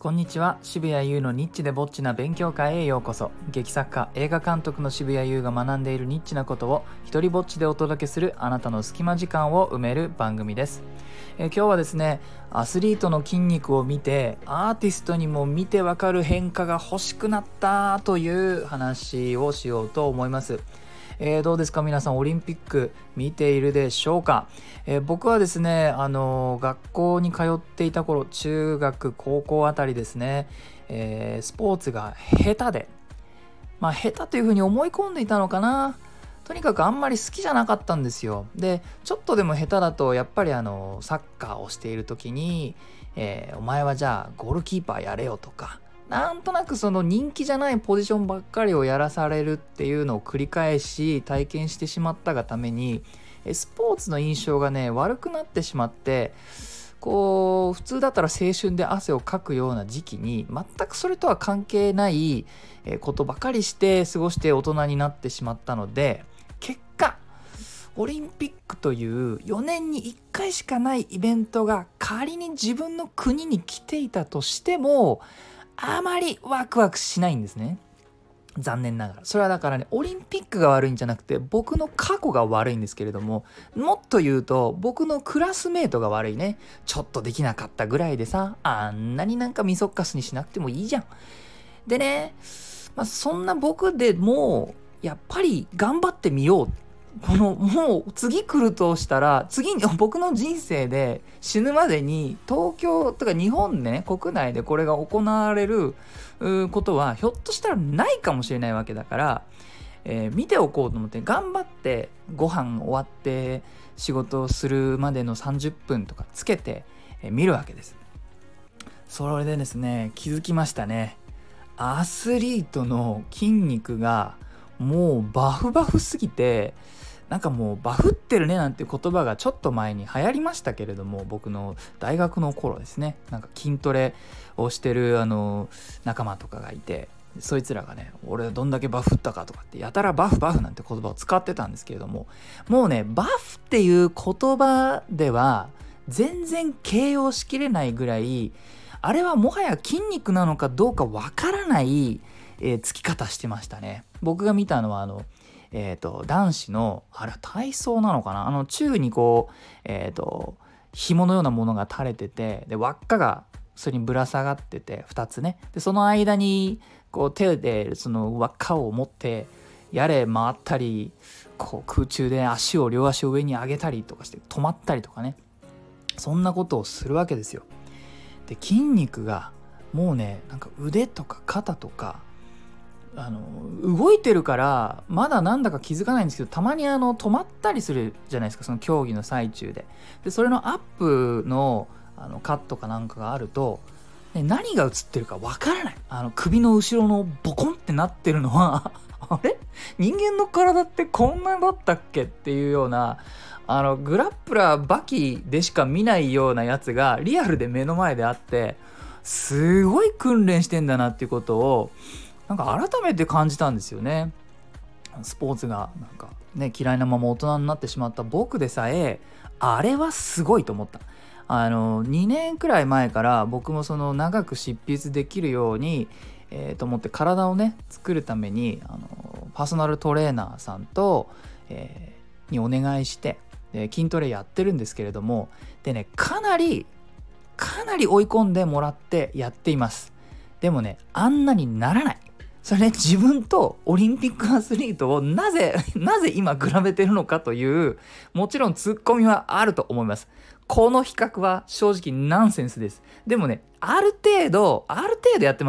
こんにちは。渋谷優のニッチでぼっちな勉強会へようこそ。劇作家、映画監督の渋谷優が学んでいるニッチなことを一人ぼっちでお届けするあなたの隙間時間を埋める番組です。今日はですね、アスリートの筋肉を見てアーティストにも見てわかる変化が欲しくなったという話をしようと思います。どうですか皆さん、オリンピック見ているでしょうか。僕はですね、学校に通っていた頃、中学高校あたりですね、スポーツが下手で、下手というふうに思い込んでいたのかな。とにかくあんまり好きじゃなかったんですよ。で、ちょっとでも下手だとやっぱりサッカーをしている時に、お前はじゃあゴールキーパーやれよとか、なんとなくその人気じゃないポジションばっかりをやらされるっていうのを繰り返し体験してしまったがために、スポーツの印象がね悪くなってしまって、こう普通だったら青春で汗をかくような時期に全くそれとは関係ないことばかりして過ごして大人になってしまったので、結果オリンピックという4年に1回しかないイベントが仮に自分の国に来ていたとしてもあまりワクワクしないんですね。残念ながら。それはだからね、オリンピックが悪いんじゃなくて僕の過去が悪いんですけれども、もっと言うと僕のクラスメートが悪いね。ちょっとできなかったぐらいでさ、あんなになんかみそっかすにしなくてもいいじゃん。でね、そんな僕でもやっぱり頑張ってみよう。もう次来るとしたら、次に僕の人生で死ぬまでに東京とか日本ね、国内でこれが行われることはひょっとしたらないかもしれないわけだから、見ておこうと思って頑張ってご飯終わって仕事をするまでの30分とかつけて、見るわけです。それでですね、気づきましたね。アスリートの筋肉がもうバフバフすぎて、なんかもうバフってるねなんて言葉がちょっと前に流行りましたけれども、僕の大学の頃ですね、なんか筋トレをしてる仲間とかがいて、そいつらがね、俺どんだけバフったかとかってやたらバフバフなんて言葉を使ってたんですけれども、もうねバフっていう言葉では全然形容しきれないぐらい、あれはもはや筋肉なのかどうかわからないつき方してましたね。僕が見たのは男子のあれは体操なのかな、宙にこう紐のようなものが垂れてて、で輪っかがそれにぶら下がってて2つね、でその間にこう手でその輪っかを持ってやれ回ったり、こう空中で両足を上に上げたりとかして止まったりとかね、そんなことをするわけですよ。で筋肉がもうね、なんか腕とか肩とか動いてるからまだなんだか気づかないんですけど、たまに止まったりするじゃないですか、その競技の最中で。でそれのアップのカットかなんかがあると、何が映ってるかわからない。首の後ろのボコンってなってるのはあれ人間の体ってこんなだったっけっていうような、グラップラーバキでしか見ないようなやつがリアルで目の前であって、すごい訓練してんだなっていうことをなんか改めて感じたんですよね。スポーツがなんかね嫌いなまま大人になってしまった僕でさえ、あれはすごいと思った。2年くらい前から僕もその長く執筆できるように、と思って体をね作るためにパーソナルトレーナーさんと、にお願いして筋トレやってるんですけれども、でねかなり追い込んでもらってやっています。でもねあんなにならない。それね、自分とオリンピックアスリートをなぜ今比べてるのかという、もちろんツッコミはあると思います。この比較は正直ナンセンスです。でもね、ある程度やってます。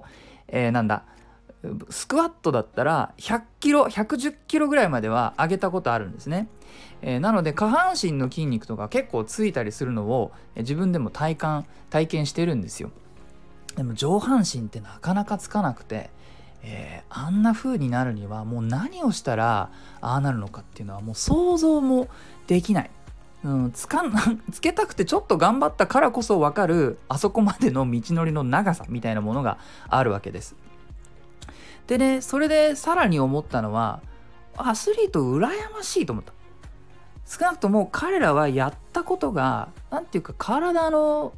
スクワットだったら100キロ110キロぐらいまでは上げたことあるんですね。なので下半身の筋肉とか結構ついたりするのを自分でも体験してるんですよ。でも上半身ってなかなかつかなくて、あんな風になるにはもう何をしたらああなるのかっていうのはもう想像もできない。つけたくてちょっと頑張ったからこそ分かるあそこまでの道のりの長さみたいなものがあるわけです。でね、それでさらに思ったのは、アスリート羨ましいと思った。少なくとも彼らはやったことがなんていうか体の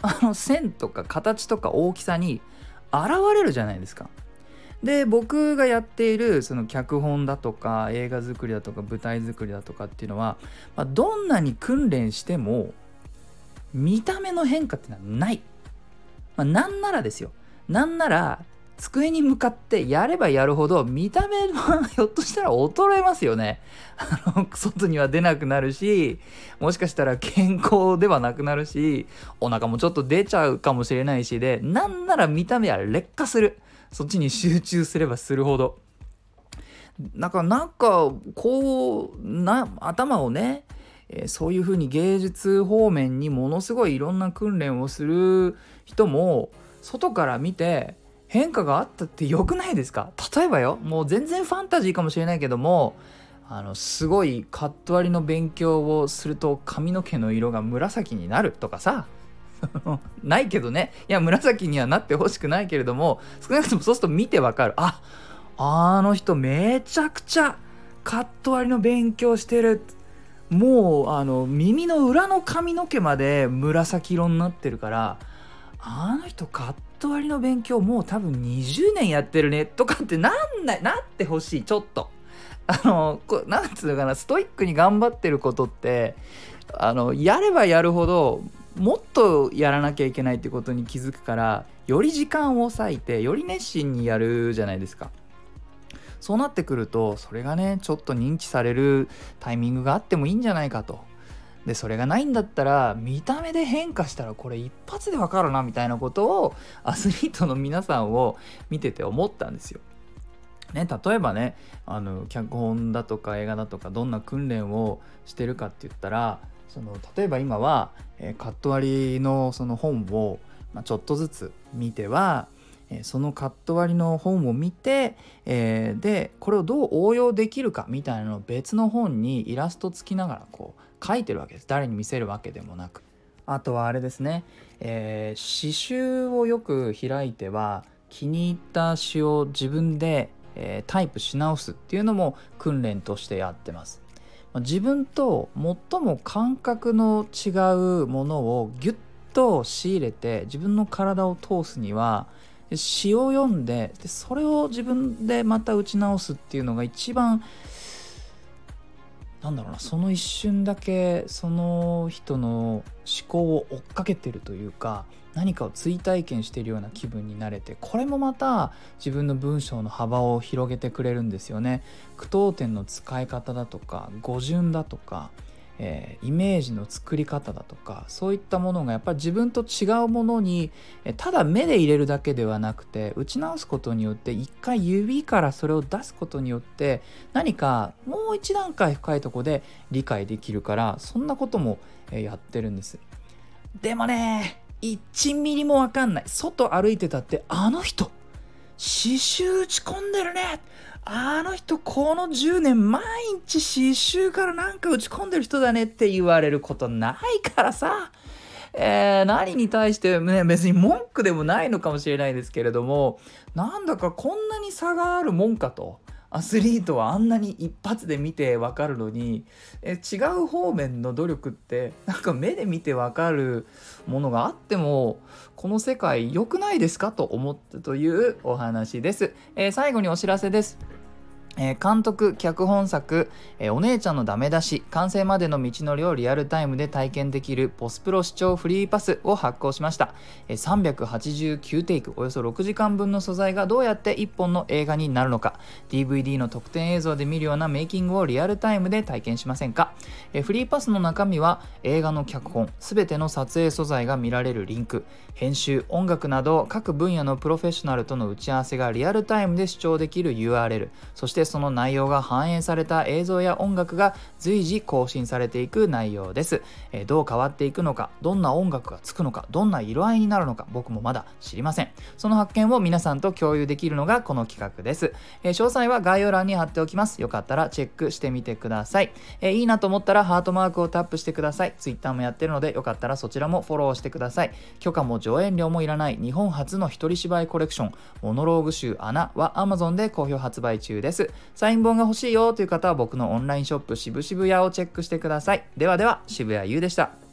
線とか形とか大きさに現れるじゃないですか。で僕がやっているその脚本だとか映画作りだとか舞台作りだとかっていうのは、どんなに訓練しても見た目の変化ってのはない。なんならですよ、なんなら机に向かってやればやるほど見た目はひょっとしたら衰えますよね。外には出なくなるし、もしかしたら健康ではなくなるし、お腹もちょっと出ちゃうかもしれないしで、なんなら見た目は劣化する。そっちに集中すればするほど。なんかこう頭をね、そういう風に芸術方面にものすごいいろんな訓練をする人も外から見て変化があったって良くないですか？例えばよ、もう全然ファンタジーかもしれないけども、すごいカット割りの勉強をすると髪の毛の色が紫になるとかさないけどね。いや紫にはなってほしくないけれども、少なくともそうすると見てわかる。あの人めちゃくちゃカット割りの勉強してる。もう耳の裏の髪の毛まで紫色になってるから、あの人カット割りの勉強もう多分20年やってるねとかってなってほしい。ちょっとなんつうのかな、ストイックに頑張ってることってやればやるほどもっとやらなきゃいけないってことに気づくから、より時間を割いてより熱心にやるじゃないですか。そうなってくると、それがねちょっと認知されるタイミングがあってもいいんじゃないかと。でそれがないんだったら、見た目で変化したらこれ一発でわかるなみたいなことをアスリートの皆さんを見てて思ったんですよ。ね、例えばね、脚本だとか映画だとかどんな訓練をしてるかって言ったら、例えば今は、カット割りのその本を、ちょっとずつ見ては、そのカット割りの本を見て、でこれをどう応用できるかみたいなのを別の本にイラストつきながらこう書いてるわけです。誰に見せるわけでもなく。あとはあれですね、詩集をよく開いては気に入った詩を自分で、タイプし直すっていうのも訓練としてやってます。自分と最も感覚の違うものをギュッと仕入れて自分の体を通すには、詩を読んで、それを自分でまた打ち直すっていうのが一番その一瞬だけその人の思考を追っかけてるというか、何かを追体験しているような気分になれて、これもまた自分の文章の幅を広げてくれるんですよね。句読点の使い方だとか語順だとか、イメージの作り方だとか、そういったものがやっぱり自分と違うものにただ目で入れるだけではなくて、打ち直すことによって一回指からそれを出すことによって何かもう一段階深いところで理解できるから、そんなこともやってるんです。でもね、1ミリも分かんない。外歩いてたって、あの人刺繍打ち込んでるね、あの人この10年毎日刺繍からなんか打ち込んでる人だねって言われることないからさ、何に対してね、別に文句でもないのかもしれないですけれども、なんだかこんなに差があるもんかと。アスリートはあんなに一発で見てわかるのに、違う方面の努力ってなんか目で見てわかるものがあってもこの世界良くないですかと思ったというお話です。最後にお知らせです。監督脚本作、お姉ちゃんのダメ出し完成までの道のりをリアルタイムで体験できるポスプロ視聴フリーパスを発行しました。389テイク、およそ6時間分の素材がどうやって1本の映画になるのか、 DVD の特典映像で見るようなメイキングをリアルタイムで体験しませんか？フリーパスの中身は映画の脚本、すべての撮影素材が見られるリンク、編集、音楽など各分野のプロフェッショナルとの打ち合わせがリアルタイムで視聴できる URL、 そしてその内容が反映された映像や音楽が随時更新されていく内容です。どう変わっていくのか、どんな音楽がつくのか、どんな色合いになるのか、僕もまだ知りません。その発見を皆さんと共有できるのがこの企画です。詳細は概要欄に貼っておきます。よかったらチェックしてみてください。いいなと思ったらハートマークをタップしてください。Twitter もやってるのでよかったらそちらもフォローしてください。許可も上演料もいらない日本初の一人芝居コレクションモノローグ集穴は Amazon で好評発売中です。サイン本が欲しいよという方は僕のオンラインショップ渋々屋をチェックしてください。ではでは、渋谷優でした。